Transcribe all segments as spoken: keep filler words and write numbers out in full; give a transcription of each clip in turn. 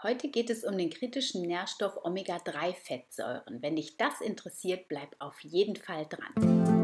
Heute geht es um den kritischen Nährstoff Omega drei Fettsäuren. Wenn dich das interessiert, bleib auf jeden Fall dran.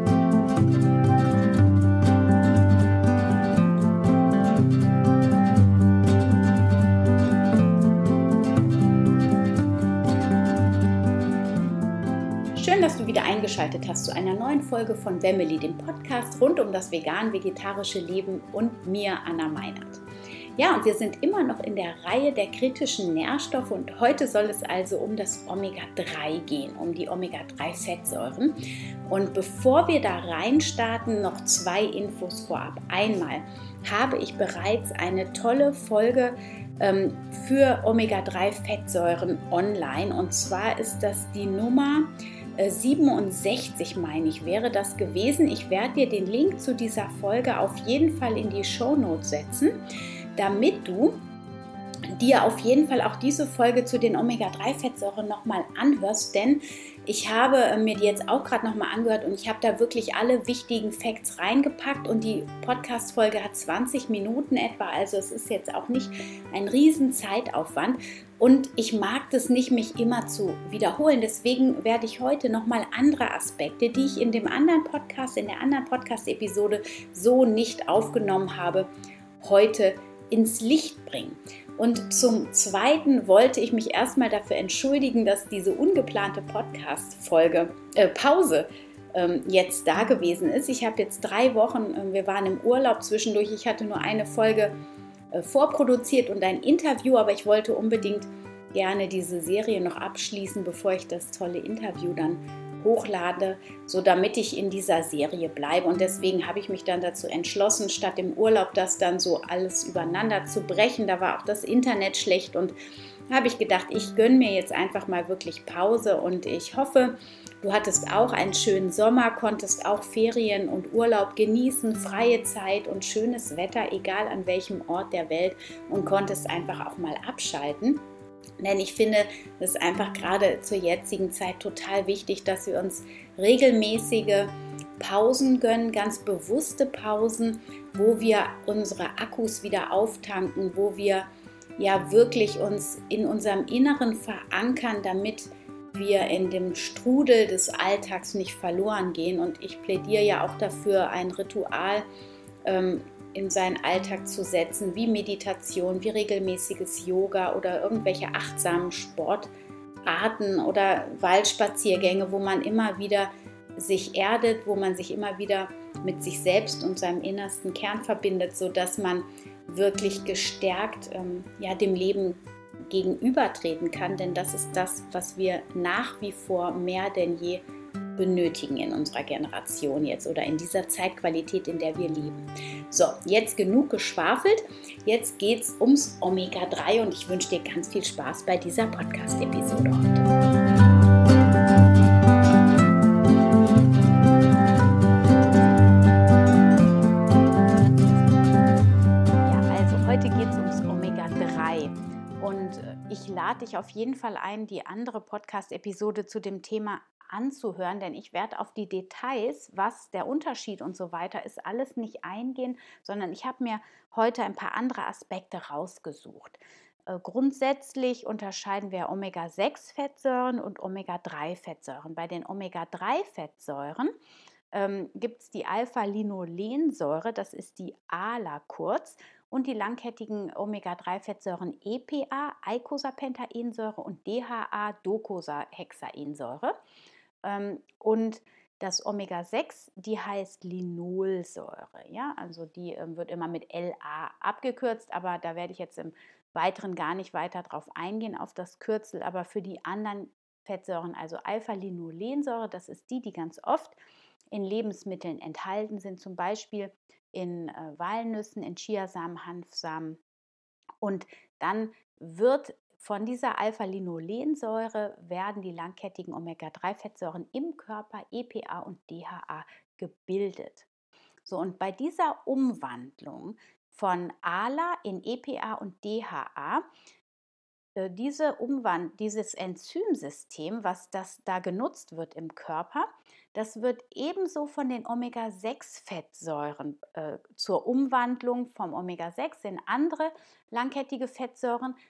Schön, dass du wieder eingeschaltet hast zu einer neuen Folge von Wemmeli, dem Podcast rund um das vegan-vegetarische Leben und mir, Anna Meinert. Ja, und wir sind immer noch in der Reihe der kritischen Nährstoffe und heute soll es also um das Omega drei gehen, um die Omega drei Fettsäuren. Und bevor wir da reinstarten, noch zwei Infos vorab. Einmal habe ich bereits eine tolle Folge ähm, für Omega drei Fettsäuren online, und zwar ist das die Nummer siebenundsechzig, meine ich, wäre das gewesen. Ich werde dir den Link zu dieser Folge auf jeden Fall in die Shownotes setzen, damit du dir auf jeden Fall auch diese Folge zu den Omega drei Fettsäuren nochmal anhörst, denn ich habe mir die jetzt auch gerade nochmal angehört und ich habe da wirklich alle wichtigen Facts reingepackt und die Podcast-Folge hat zwanzig Minuten etwa, also es ist jetzt auch nicht ein riesen Zeitaufwand und ich mag das nicht, mich immer zu wiederholen, deswegen werde ich heute nochmal andere Aspekte, die ich in dem anderen Podcast, in der anderen Podcast-Episode so nicht aufgenommen habe, heute ins Licht bringen. Und zum Zweiten wollte ich mich erstmal dafür entschuldigen, dass diese ungeplante Podcast-Folge, äh, Pause ähm, jetzt da gewesen ist. Ich habe jetzt drei Wochen, äh, wir waren im Urlaub zwischendurch, ich hatte nur eine Folge äh, vorproduziert und ein Interview, aber ich wollte unbedingt gerne diese Serie noch abschließen, bevor ich das tolle Interview dann hochlade, so damit ich in dieser Serie bleibe. Und deswegen habe ich mich dann dazu entschlossen, statt im Urlaub das dann so alles übereinander zu brechen. Da war auch das Internet schlecht und habe ich gedacht, ich gönne mir jetzt einfach mal wirklich Pause und ich hoffe, du hattest auch einen schönen Sommer, konntest auch Ferien und Urlaub genießen, freie Zeit und schönes Wetter, egal an welchem Ort der Welt, und konntest einfach auch mal abschalten. Denn ich finde, das ist einfach gerade zur jetzigen Zeit total wichtig, dass wir uns regelmäßige Pausen gönnen, ganz bewusste Pausen, wo wir unsere Akkus wieder auftanken, wo wir ja wirklich uns in unserem Inneren verankern, damit wir in dem Strudel des Alltags nicht verloren gehen. Und ich plädiere ja auch dafür, ein Ritual ähm, in seinen Alltag zu setzen, wie Meditation, wie regelmäßiges Yoga oder irgendwelche achtsamen Sportarten oder Waldspaziergänge, wo man immer wieder sich erdet, wo man sich immer wieder mit sich selbst und seinem innersten Kern verbindet, sodass man wirklich gestärkt ähm, ja, dem Leben gegenübertreten kann, denn das ist das, was wir nach wie vor mehr denn je benötigen in unserer Generation jetzt oder in dieser Zeitqualität, in der wir leben. So, jetzt genug geschwafelt. Jetzt geht es ums Omega drei und ich wünsche dir ganz viel Spaß bei dieser Podcast-Episode heute. Ja, also heute geht es ums Omega drei. Und ich lade dich auf jeden Fall ein, die andere Podcast-Episode zu dem Thema anzuhören, denn ich werde auf die Details, was der Unterschied und so weiter ist, alles nicht eingehen, sondern ich habe mir heute ein paar andere Aspekte rausgesucht. Äh, grundsätzlich unterscheiden wir Omega sechs Fettsäuren und Omega drei Fettsäuren. Bei den Omega drei Fettsäuren ähm, gibt es die Alpha-Linolensäure, das ist die A L A kurz, und die langkettigen Omega drei Fettsäuren E P A, Eicosapentaensäure, und D H A, Docosahexaensäure. Und das Omega sechs, die heißt Linolsäure. Ja? Also die wird immer mit L A abgekürzt, aber da werde ich jetzt im Weiteren gar nicht weiter drauf eingehen, auf das Kürzel. Aber für die anderen Fettsäuren, also Alpha-Linolensäure, das ist die, die ganz oft in Lebensmitteln enthalten sind, zum Beispiel in äh, Walnüssen, in Chiasamen, Hanfsamen. Und dann wird von dieser Alpha-Linolensäure werden die langkettigen Omega drei Fettsäuren im Körper E P A und D H A gebildet. So, und bei dieser Umwandlung von A L A in E P A und D H A, äh, diese Umwand dieses Enzymsystem, was das da genutzt wird im Körper, das wird ebenso von den Omega sechs Fettsäuren äh, zur Umwandlung vom Omega sechs in andere langkettige Fettsäuren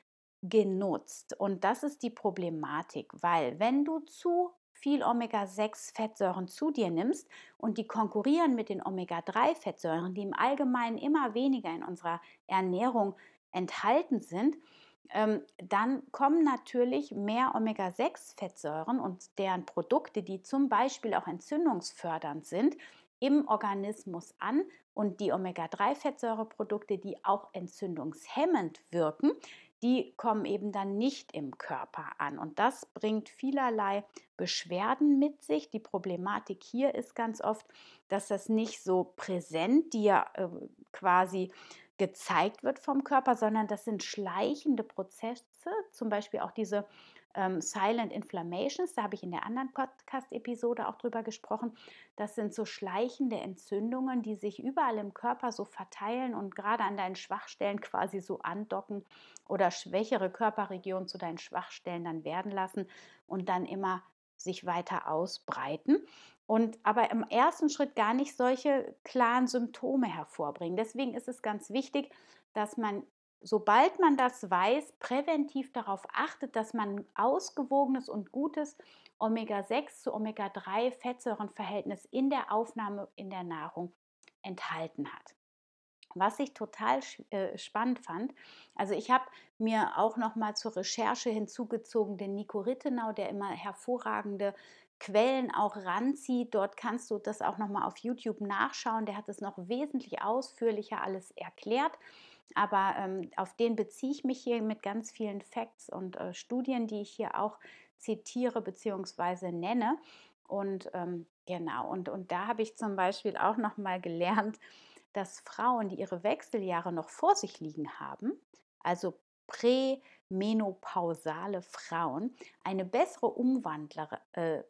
genutzt. Und das ist die Problematik, weil wenn du zu viel Omega sechs Fettsäuren zu dir nimmst und die konkurrieren mit den Omega drei Fettsäuren, die im Allgemeinen immer weniger in unserer Ernährung enthalten sind, ähm, dann kommen natürlich mehr Omega sechs Fettsäuren und deren Produkte, die zum Beispiel auch entzündungsfördernd sind, im Organismus an, und die Omega drei Fettsäureprodukte, die auch entzündungshemmend wirken, die kommen eben dann nicht im Körper an. Und das bringt vielerlei Beschwerden mit sich. Die Problematik hier ist ganz oft, dass das nicht so präsent dir äh, quasi gezeigt wird vom Körper, sondern das sind schleichende Prozesse, zum Beispiel auch diese ähm, Silent Inflammations, da habe ich in der anderen Podcast-Episode auch drüber gesprochen. Das sind so schleichende Entzündungen, die sich überall im Körper so verteilen und gerade an deinen Schwachstellen quasi so andocken oder schwächere Körperregionen zu deinen Schwachstellen dann werden lassen und dann immer sich weiter ausbreiten und aber im ersten Schritt gar nicht solche klaren Symptome hervorbringen. Deswegen ist es ganz wichtig, dass man, sobald man das weiß, präventiv darauf achtet, dass man ein ausgewogenes und gutes Omega sechs zu Omega drei Fettsäurenverhältnis in der Aufnahme in der Nahrung enthalten hat. Was ich total äh, spannend fand, also ich habe mir auch noch mal zur Recherche hinzugezogen den Nico Rittenau, der immer hervorragende Quellen auch ranzieht. Dort kannst du das auch noch mal auf YouTube nachschauen. Der hat es noch wesentlich ausführlicher alles erklärt. Aber ähm, auf den beziehe ich mich hier mit ganz vielen Facts und äh, Studien, die ich hier auch zitiere bzw. nenne. Und ähm, genau, und, und da habe ich zum Beispiel auch noch mal gelernt, dass Frauen, die ihre Wechseljahre noch vor sich liegen haben, also prämenopausale Frauen, eine bessere Umwandler, äh,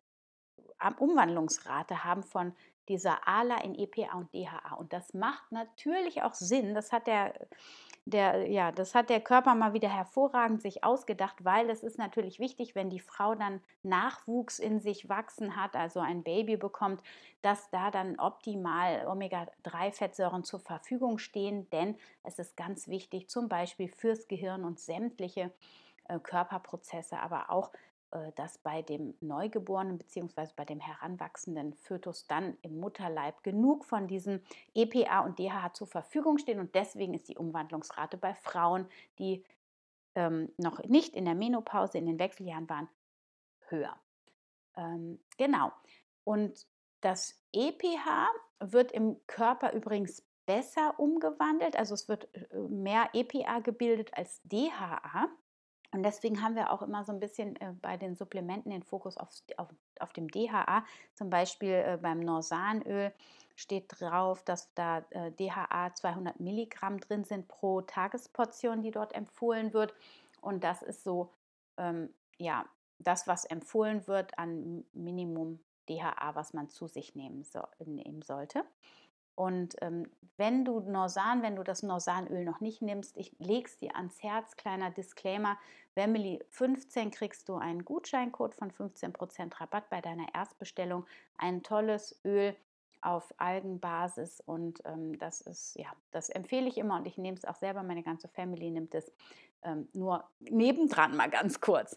Umwandlungsrate haben von dieser A L A in E P A und D H A. Und das macht natürlich auch Sinn. Das hat der, der, ja, das hat der Körper mal wieder hervorragend sich ausgedacht, weil es ist natürlich wichtig, wenn die Frau dann Nachwuchs in sich wachsen hat, also ein Baby bekommt, dass da dann optimal Omega drei Fettsäuren zur Verfügung stehen, denn es ist ganz wichtig, zum Beispiel fürs Gehirn und sämtliche äh, Körperprozesse, aber auch dass bei dem Neugeborenen bzw. bei dem heranwachsenden Fötus dann im Mutterleib genug von diesen E P A und D H A zur Verfügung stehen. Und deswegen ist die Umwandlungsrate bei Frauen, die ähm, noch nicht in der Menopause, in den Wechseljahren waren, höher. Ähm, genau. Und das E P H wird im Körper übrigens besser umgewandelt. Also es wird mehr E P A gebildet als D H A. Und deswegen haben wir auch immer so ein bisschen äh, bei den Supplementen den Fokus auf, auf, auf dem D H A. Zum Beispiel äh, beim Norsanöl steht drauf, dass da äh, D H A zweihundert Milligramm drin sind pro Tagesportion, die dort empfohlen wird. Und das ist so, ähm, ja, das, was empfohlen wird an Minimum D H A, was man zu sich nehmen, so, nehmen sollte. Und ähm, wenn du Norsan, wenn du das Norsanöl noch nicht nimmst, ich lege es dir ans Herz, kleiner Disclaimer, Wemmeli fünfzehn kriegst du einen Gutscheincode von fünfzehn Prozent Rabatt bei deiner Erstbestellung. Ein tolles Öl auf Algenbasis und ähm, das ist, ja, das empfehle ich immer und ich nehme es auch selber, meine ganze Family nimmt es ähm, nur nebendran mal ganz kurz.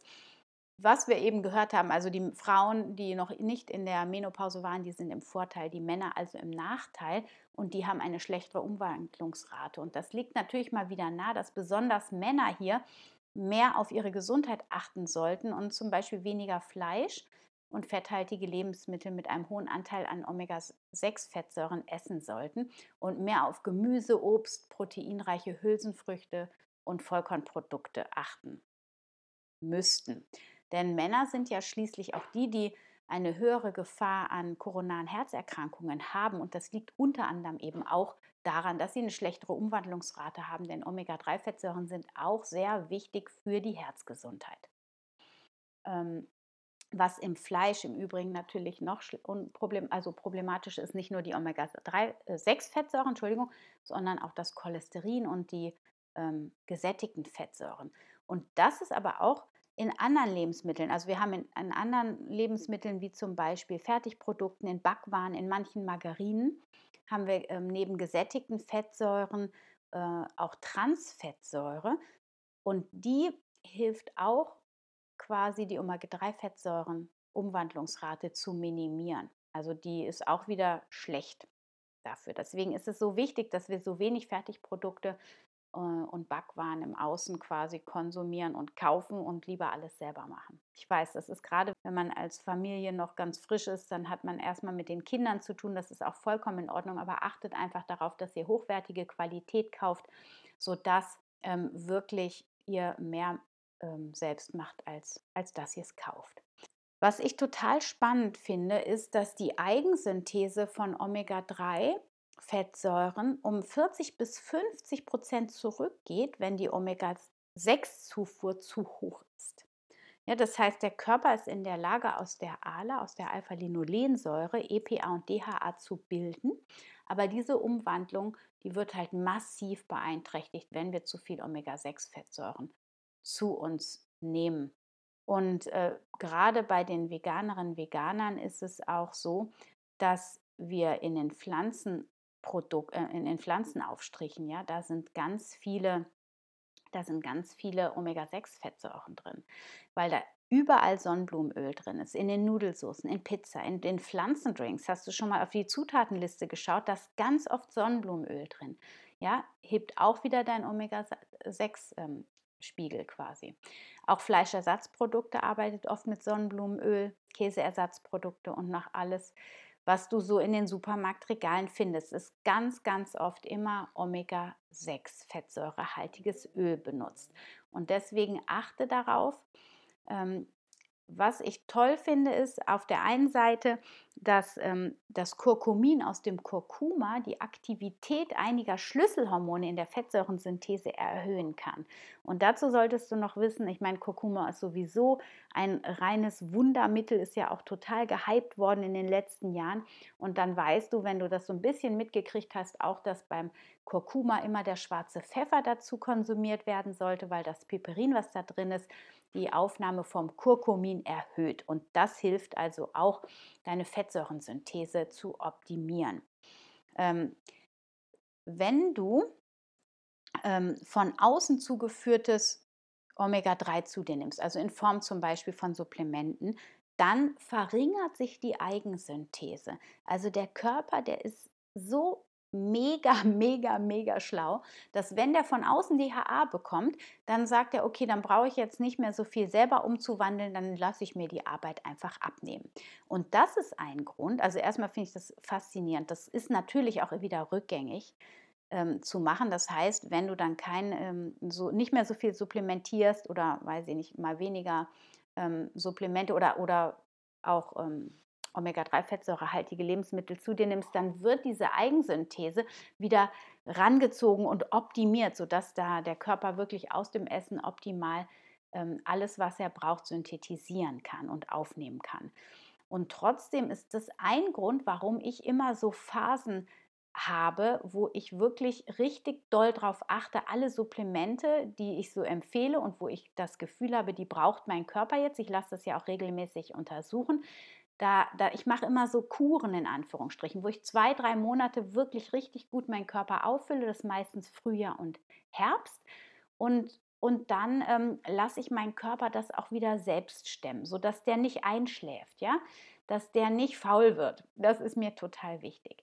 Was wir eben gehört haben, also die Frauen, die noch nicht in der Menopause waren, die sind im Vorteil, die Männer also im Nachteil und die haben eine schlechtere Umwandlungsrate. Und das liegt natürlich mal wieder nahe, dass besonders Männer hier mehr auf ihre Gesundheit achten sollten und zum Beispiel weniger Fleisch und fetthaltige Lebensmittel mit einem hohen Anteil an Omega sechs Fettsäuren essen sollten und mehr auf Gemüse, Obst, proteinreiche Hülsenfrüchte und Vollkornprodukte achten müssten. Denn Männer sind ja schließlich auch die, die eine höhere Gefahr an koronaren Herzerkrankungen haben. Und das liegt unter anderem eben auch daran, dass sie eine schlechtere Umwandlungsrate haben. Denn Omega drei Fettsäuren sind auch sehr wichtig für die Herzgesundheit. Ähm, was im Fleisch im Übrigen natürlich noch problem, also problematisch ist, nicht nur die Omega sechs Fettsäuren, Entschuldigung, sondern auch das Cholesterin und die ähm, gesättigten Fettsäuren. Und das ist aber auch in anderen Lebensmitteln, also wir haben in, in anderen Lebensmitteln wie zum Beispiel Fertigprodukten, in Backwaren, in manchen Margarinen, haben wir ähm, neben gesättigten Fettsäuren äh, auch Transfettsäure und die hilft auch quasi die Omega drei Fettsäuren Umwandlungsrate zu minimieren. Also die ist auch wieder schlecht dafür. Deswegen ist es so wichtig, dass wir so wenig Fertigprodukte äh, und Backwaren im Außen quasi konsumieren und kaufen und lieber alles selber machen. Ich weiß, das ist gerade, wenn man als Familie noch ganz frisch ist, dann hat man erstmal mit den Kindern zu tun. Das ist auch vollkommen in Ordnung, aber achtet einfach darauf, dass ihr hochwertige Qualität kauft, sodass ähm, wirklich ihr mehr ähm, selbst macht, als, als dass ihr es kauft. Was ich total spannend finde, ist, dass die Eigensynthese von Omega drei Fettsäuren um vierzig bis fünfzig Prozent zurückgeht, wenn die Omega sechs Zufuhr zu hoch ist. Ja, das heißt, der Körper ist in der Lage, aus der A L A, aus der Alpha-Linolensäure, E P A und D H A zu bilden. Aber diese Umwandlung, die wird halt massiv beeinträchtigt, wenn wir zu viel Omega sechs Fettsäuren zu uns nehmen. Und äh, gerade bei den Veganerinnen, Veganern ist es auch so, dass wir in den Pflanzenprodukt, äh, in den Pflanzenaufstrichen, ja, da sind ganz viele, da sind ganz viele Omega sechs Fettsäuren drin, weil da überall Sonnenblumenöl drin ist, in den Nudelsoßen, in Pizza, in den Pflanzendrinks. Hast du schon mal auf die Zutatenliste geschaut? Da ist ganz oft Sonnenblumenöl drin. Ja, hebt auch wieder dein Omega sechs ähm, Spiegel quasi. Auch Fleischersatzprodukte arbeitet oft mit Sonnenblumenöl, Käseersatzprodukte und noch alles, was du so in den Supermarktregalen findest, ist ganz, ganz oft immer Omega sechs fettsäurehaltiges Öl benutzt. Und deswegen achte darauf. Ähm, Was ich toll finde, ist auf der einen Seite, dass ähm, das Curcumin aus dem Kurkuma die Aktivität einiger Schlüsselhormone in der Fettsäurensynthese erhöhen kann. Und dazu solltest du noch wissen, ich meine, Kurkuma ist sowieso ein reines Wundermittel, ist ja auch total gehypt worden in den letzten Jahren. Und dann weißt du, wenn du das so ein bisschen mitgekriegt hast, auch, dass beim Kurkuma immer der schwarze Pfeffer dazu konsumiert werden sollte, weil das Piperin, was da drin ist, die Aufnahme vom Curcumin erhöht. Und das hilft also auch, deine Fettsäurensynthese zu optimieren. Ähm, wenn du ähm, von außen zugeführtes Omega drei zu dir nimmst, also in Form zum Beispiel von Supplementen, dann verringert sich die Eigensynthese. Also der Körper, der ist so mega, mega, mega schlau, dass wenn der von außen D H A bekommt, dann sagt er, okay, dann brauche ich jetzt nicht mehr so viel selber umzuwandeln, dann lasse ich mir die Arbeit einfach abnehmen. Und das ist ein Grund, also erstmal finde ich das faszinierend, das ist natürlich auch wieder rückgängig ähm, zu machen. Das heißt, wenn du dann kein, ähm, so, nicht mehr so viel supplementierst oder, weiß ich nicht, mal weniger ähm, Supplemente oder, oder auch ähm, Omega drei fettsäurehaltige Lebensmittel zu dir nimmst, dann wird diese Eigensynthese wieder rangezogen und optimiert, sodass da der Körper wirklich aus dem Essen optimal ähm, alles, was er braucht, synthetisieren kann und aufnehmen kann. Und trotzdem ist das ein Grund, warum ich immer so Phasen habe, wo ich wirklich richtig doll drauf achte, alle Supplemente, die ich so empfehle und wo ich das Gefühl habe, die braucht mein Körper jetzt. Ich lasse das ja auch regelmäßig untersuchen. Da, da, ich mache immer so Kuren in Anführungsstrichen, wo ich zwei, drei Monate wirklich richtig gut meinen Körper auffülle. Das ist meistens Frühjahr und Herbst. Und, und dann ähm, lasse ich meinen Körper das auch wieder selbst stemmen, sodass der nicht einschläft, ja? Dass der nicht faul wird. Das ist mir total wichtig.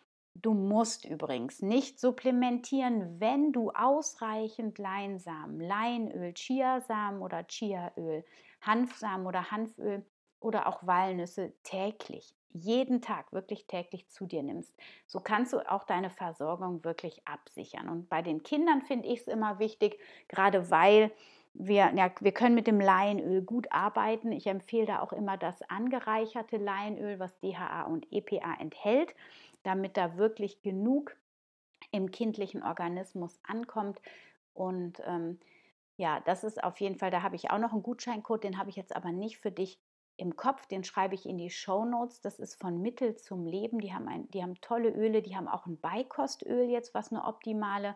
Du musst übrigens nicht supplementieren, wenn du ausreichend Leinsamen, Leinöl, Chiasamen oder Chiaöl, Hanfsamen oder Hanföl oder auch Walnüsse täglich, jeden Tag, wirklich täglich zu dir nimmst. So kannst du auch deine Versorgung wirklich absichern. Und bei den Kindern finde ich es immer wichtig, gerade weil wir, ja, wir können mit dem Leinöl gut arbeiten. Ich empfehle da auch immer das angereicherte Leinöl, was D H A und E P A enthält, damit da wirklich genug im kindlichen Organismus ankommt. Und ähm, ja, das ist auf jeden Fall, da habe ich auch noch einen Gutscheincode, den habe ich jetzt aber nicht für dich im Kopf, den schreibe ich in die Shownotes. Das ist von Mittel zum Leben. Die haben, ein, die haben tolle Öle, die haben auch ein Beikostöl jetzt, was eine optimale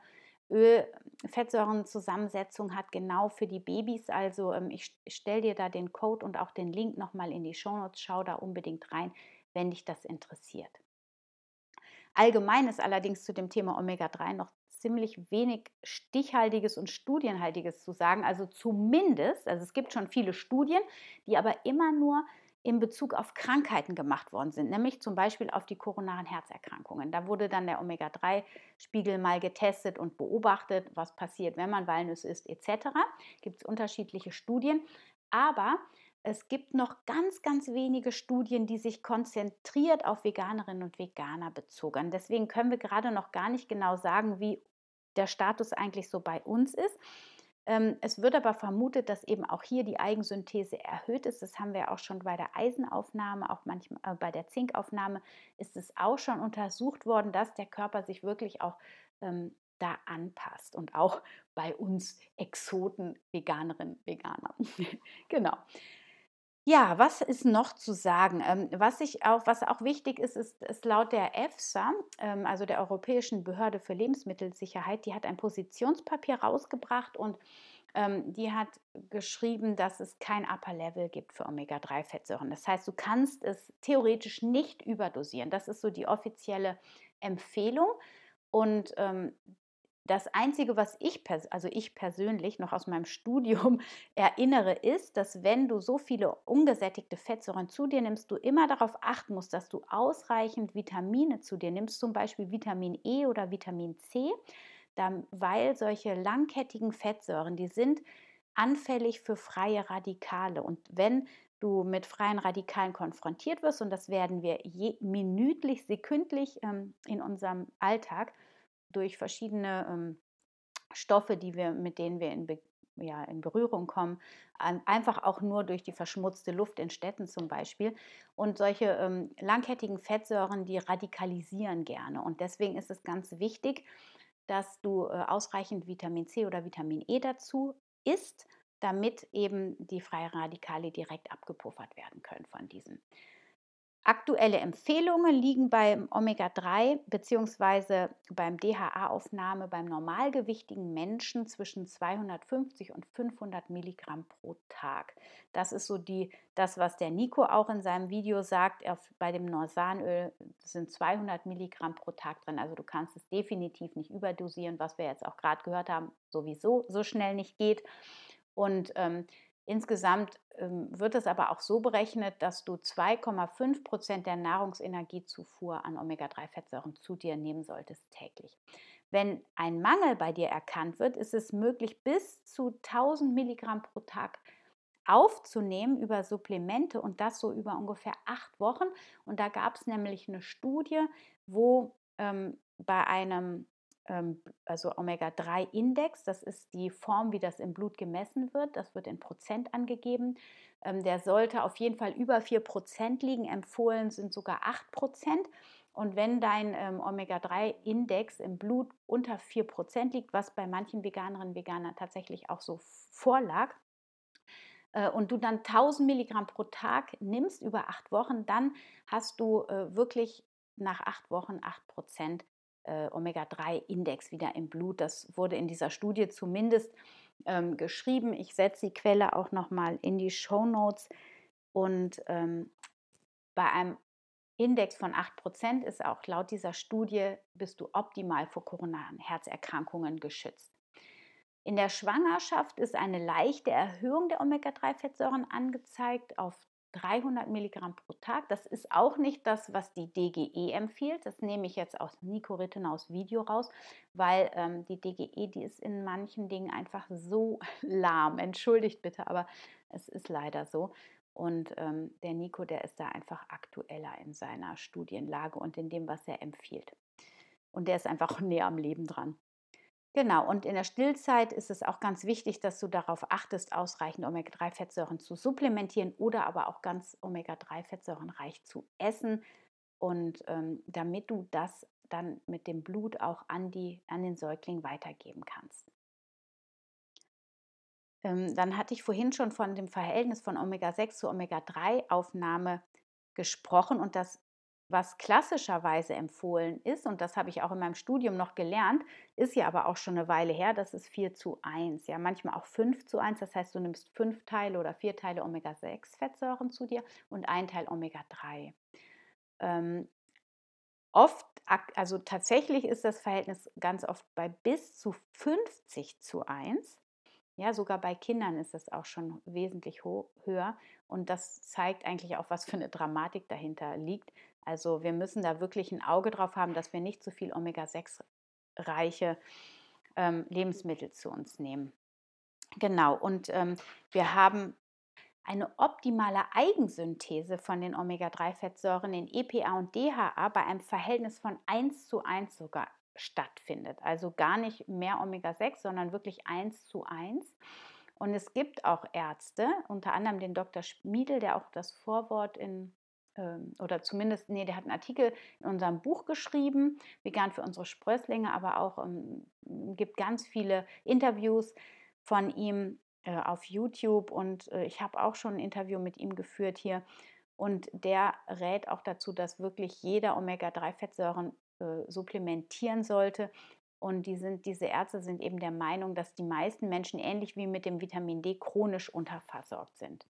Öl-Fettsäurenzusammensetzung hat, genau für die Babys. Also ähm, ich stelle dir da den Code und auch den Link nochmal in die Shownotes. Schau da unbedingt rein, wenn dich das interessiert. Allgemein ist allerdings zu dem Thema Omega drei noch ziemlich wenig Stichhaltiges und Studienhaltiges zu sagen. Also zumindest, also es gibt schon viele Studien, die aber immer nur in Bezug auf Krankheiten gemacht worden sind, nämlich zum Beispiel auf die koronaren Herzerkrankungen. Da wurde dann der Omega drei Spiegel mal getestet und beobachtet, was passiert, wenn man Walnüsse isst et cetera. Gibt es unterschiedliche Studien, aber es gibt noch ganz, ganz wenige Studien, die sich konzentriert auf Veganerinnen und Veganer bezogen. Deswegen können wir gerade noch gar nicht genau sagen, wie der Status eigentlich so bei uns ist. Es wird aber vermutet, dass eben auch hier die Eigensynthese erhöht ist. Das haben wir auch schon bei der Eisenaufnahme, auch manchmal äh, bei der Zinkaufnahme ist es auch schon untersucht worden, dass der Körper sich wirklich auch ähm, da anpasst und auch bei uns Exoten, Veganerinnen, Veganer. Genau. Ja, was ist noch zu sagen? Ähm, was, ich auch, was auch wichtig ist, ist, ist laut der EFSA, ähm, also der Europäischen Behörde für Lebensmittelsicherheit, die hat ein Positionspapier rausgebracht und ähm, die hat geschrieben, dass es kein Upper Level gibt für Omega drei Fettsäuren. Das heißt, du kannst es theoretisch nicht überdosieren. Das ist so die offizielle Empfehlung. Und ähm, das Einzige, was ich, also ich persönlich noch aus meinem Studium erinnere, ist, dass wenn du so viele ungesättigte Fettsäuren zu dir nimmst, du immer darauf achten musst, dass du ausreichend Vitamine zu dir nimmst, zum Beispiel Vitamin E oder Vitamin C, dann, weil solche langkettigen Fettsäuren, die sind anfällig für freie Radikale. Und wenn du mit freien Radikalen konfrontiert wirst, und das werden wir je, minütlich, sekündlich ähm, in unserem Alltag, durch verschiedene ähm, Stoffe, die wir, mit denen wir in, Be ja, in Berührung kommen, an, einfach auch nur durch die verschmutzte Luft in Städten zum Beispiel. Und solche ähm, langkettigen Fettsäuren, die radikalisieren gerne. Und deswegen ist es ganz wichtig, dass du äh, ausreichend Vitamin C oder Vitamin E dazu isst, damit eben die freien Radikale direkt abgepuffert werden können von diesen. Aktuelle Empfehlungen liegen beim Omega drei bzw. beim D H A-Aufnahme beim normalgewichtigen Menschen zwischen zweihundertfünfzig und fünfhundert Milligramm pro Tag. Das ist so die, das, was der Nico auch in seinem Video sagt. Auf, bei dem Norsanöl sind zweihundert Milligramm pro Tag drin. Also du kannst es definitiv nicht überdosieren, was wir jetzt auch gerade gehört haben, sowieso so schnell nicht geht. Und ähm, insgesamt ähm, wird es aber auch so berechnet, dass du zwei Komma fünf Prozent der Nahrungsenergiezufuhr an Omega drei Fettsäuren zu dir nehmen solltest täglich. Wenn ein Mangel bei dir erkannt wird, ist es möglich, bis zu tausend Milligramm pro Tag aufzunehmen über Supplemente und das so über ungefähr acht Wochen. Und da gab es nämlich eine Studie, wo ähm, bei einem also Omega drei Index, das ist die Form, wie das im Blut gemessen wird, das wird in Prozent angegeben. Der sollte auf jeden Fall über vier Prozent liegen, empfohlen sind sogar acht Prozent. Und wenn dein Omega drei Index im Blut unter vier Prozent liegt, was bei manchen Veganerinnen und Veganern tatsächlich auch so vorlag, und du dann tausend Milligramm pro Tag nimmst über acht Wochen, dann hast du wirklich nach acht Wochen acht Prozent Omega drei Index wieder im Blut. Das wurde in dieser Studie zumindest ähm, geschrieben. Ich setze die Quelle auch nochmal in die Shownotes. Und ähm, bei einem Index von acht Prozent ist auch laut dieser Studie, bist du optimal vor koronaren Herzerkrankungen geschützt. In der Schwangerschaft ist eine leichte Erhöhung der Omega drei Fettsäuren angezeigt auf dreihundert Milligramm pro Tag. Das ist auch nicht das, was die D G E empfiehlt. Das nehme ich jetzt aus Nico Rittenaus Video raus, weil ähm, die D G E, die ist in manchen Dingen einfach so lahm. Entschuldigt bitte, aber es ist leider so. Und ähm, der Nico, der ist da einfach aktueller in seiner Studienlage und in dem, was er empfiehlt. Und der ist einfach näher am Leben dran. Genau, und in der Stillzeit ist es auch ganz wichtig, dass du darauf achtest, ausreichend Omega drei Fettsäuren zu supplementieren oder aber auch ganz Omega drei Fettsäuren reich zu essen. Und ähm, damit du das dann mit dem Blut auch an, die, an den Säugling weitergeben kannst. Ähm, dann hatte ich vorhin schon von dem Verhältnis von Omega sechs zu Omega drei Aufnahme gesprochen und das, was klassischerweise empfohlen ist, und das habe ich auch in meinem Studium noch gelernt, ist ja aber auch schon eine Weile her, das ist vier zu eins, ja manchmal auch fünf zu eins, das heißt, du nimmst fünf Teile oder vier Teile Omega sechs Fettsäuren zu dir und ein Teil Omega drei. Ähm, oft also tatsächlich ist das Verhältnis ganz oft bei bis zu fünfzig zu eins. Ja, sogar bei Kindern ist es auch schon wesentlich ho- höher. Und das zeigt eigentlich auch, was für eine Dramatik dahinter liegt. Also wir müssen da wirklich ein Auge drauf haben, dass wir nicht zu viel Omega sechs reiche ähm, Lebensmittel zu uns nehmen. Genau, und ähm, wir haben eine optimale Eigensynthese von den Omega drei Fettsäuren in E P A und D H A bei einem Verhältnis von eins zu eins sogar stattfindet. Also gar nicht mehr Omega sechs, sondern wirklich eins zu eins. Und es gibt auch Ärzte, unter anderem den Doktor Schmiedel, der auch das Vorwort in, ähm, oder zumindest, nee, der hat einen Artikel in unserem Buch geschrieben, Vegan für unsere Sprösslinge, aber auch ähm, gibt ganz viele Interviews von ihm äh, auf YouTube und äh, ich habe auch schon ein Interview mit ihm geführt hier und der rät auch dazu, dass wirklich jeder Omega drei Fettsäuren äh, supplementieren sollte. Und die sind, diese Ärzte sind eben der Meinung, dass die meisten Menschen ähnlich wie mit dem Vitamin D chronisch unterversorgt sind.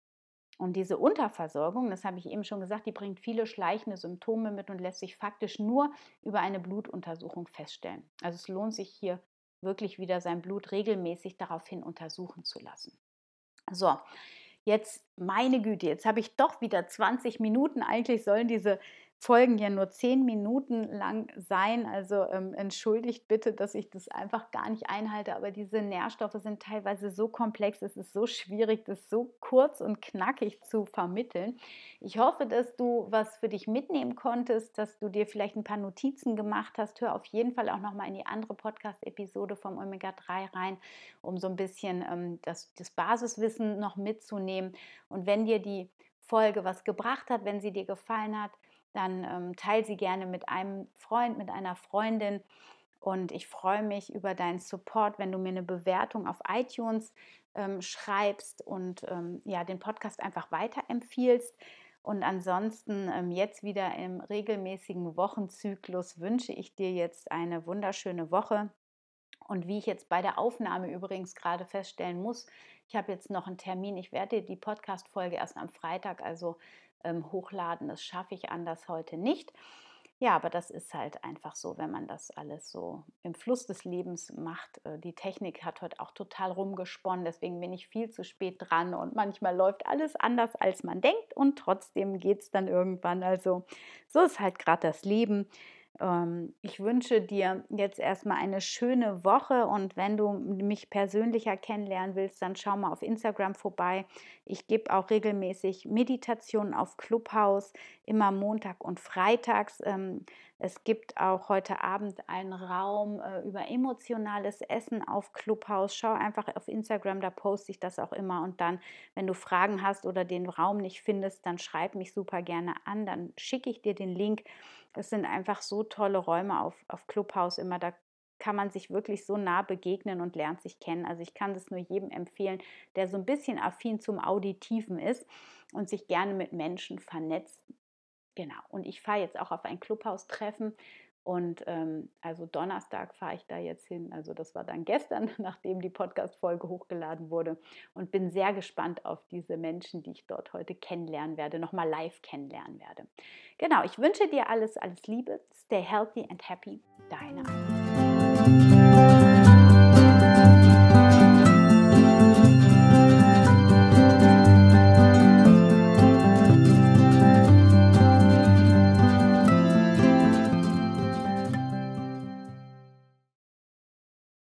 Und diese Unterversorgung, das habe ich eben schon gesagt, die bringt viele schleichende Symptome mit und lässt sich faktisch nur über eine Blutuntersuchung feststellen. Also es lohnt sich hier wirklich wieder sein Blut regelmäßig daraufhin untersuchen zu lassen. So, jetzt meine Güte, jetzt habe ich doch wieder zwanzig Minuten. Eigentlich sollen diese Folgen ja nur zehn Minuten lang sein. Also ähm, entschuldigt bitte, dass ich das einfach gar nicht einhalte. Aber diese Nährstoffe sind teilweise so komplex, es ist so schwierig, das so kurz und knackig zu vermitteln. Ich hoffe, dass du was für dich mitnehmen konntest, dass du dir vielleicht ein paar Notizen gemacht hast. Hör auf jeden Fall auch nochmal in die andere Podcast-Episode vom Omega drei rein, um so ein bisschen ähm, das, das Basiswissen noch mitzunehmen. Und wenn dir die Folge was gebracht hat, wenn sie dir gefallen hat, dann ähm, teile sie gerne mit einem Freund, mit einer Freundin. Und ich freue mich über deinen Support, wenn du mir eine Bewertung auf iTunes ähm, schreibst und ähm, ja, den Podcast einfach weiterempfiehlst. Und ansonsten ähm, jetzt wieder im regelmäßigen Wochenzyklus wünsche ich dir jetzt eine wunderschöne Woche. Und wie ich jetzt bei der Aufnahme übrigens gerade feststellen muss, ich habe jetzt noch einen Termin, ich werde die Podcast-Folge erst am Freitag, also ähm, hochladen, das schaffe ich anders heute nicht. Ja, aber das ist halt einfach so, wenn man das alles so im Fluss des Lebens macht. Äh, Die Technik hat heute auch total rumgesponnen, deswegen bin ich viel zu spät dran und manchmal läuft alles anders, als man denkt und trotzdem geht es dann irgendwann. Also so ist halt gerade das Leben. Ich wünsche dir jetzt erstmal eine schöne Woche und wenn du mich persönlicher kennenlernen willst, dann schau mal auf Instagram vorbei. Ich gebe auch regelmäßig Meditationen auf Clubhouse, immer Montag und Freitags. Es gibt auch heute Abend einen Raum über emotionales Essen auf Clubhouse. Schau einfach auf Instagram, da poste ich das auch immer und dann, wenn du Fragen hast oder den Raum nicht findest, dann schreib mich super gerne an, dann schicke ich dir den Link. Es sind einfach so tolle Räume auf, auf Clubhouse immer, da kann man sich wirklich so nah begegnen und lernt sich kennen. Also ich kann das nur jedem empfehlen, der so ein bisschen affin zum Auditiven ist und sich gerne mit Menschen vernetzt. Genau, und ich fahre jetzt auch auf ein Clubhouse-Treffen und ähm, also Donnerstag fahre ich da jetzt hin. Also das war dann gestern, nachdem die Podcast-Folge hochgeladen wurde und bin sehr gespannt auf diese Menschen, die ich dort heute kennenlernen werde, nochmal live kennenlernen werde. Genau, ich wünsche dir alles, alles Liebe. Stay healthy and happy. Deine Anna.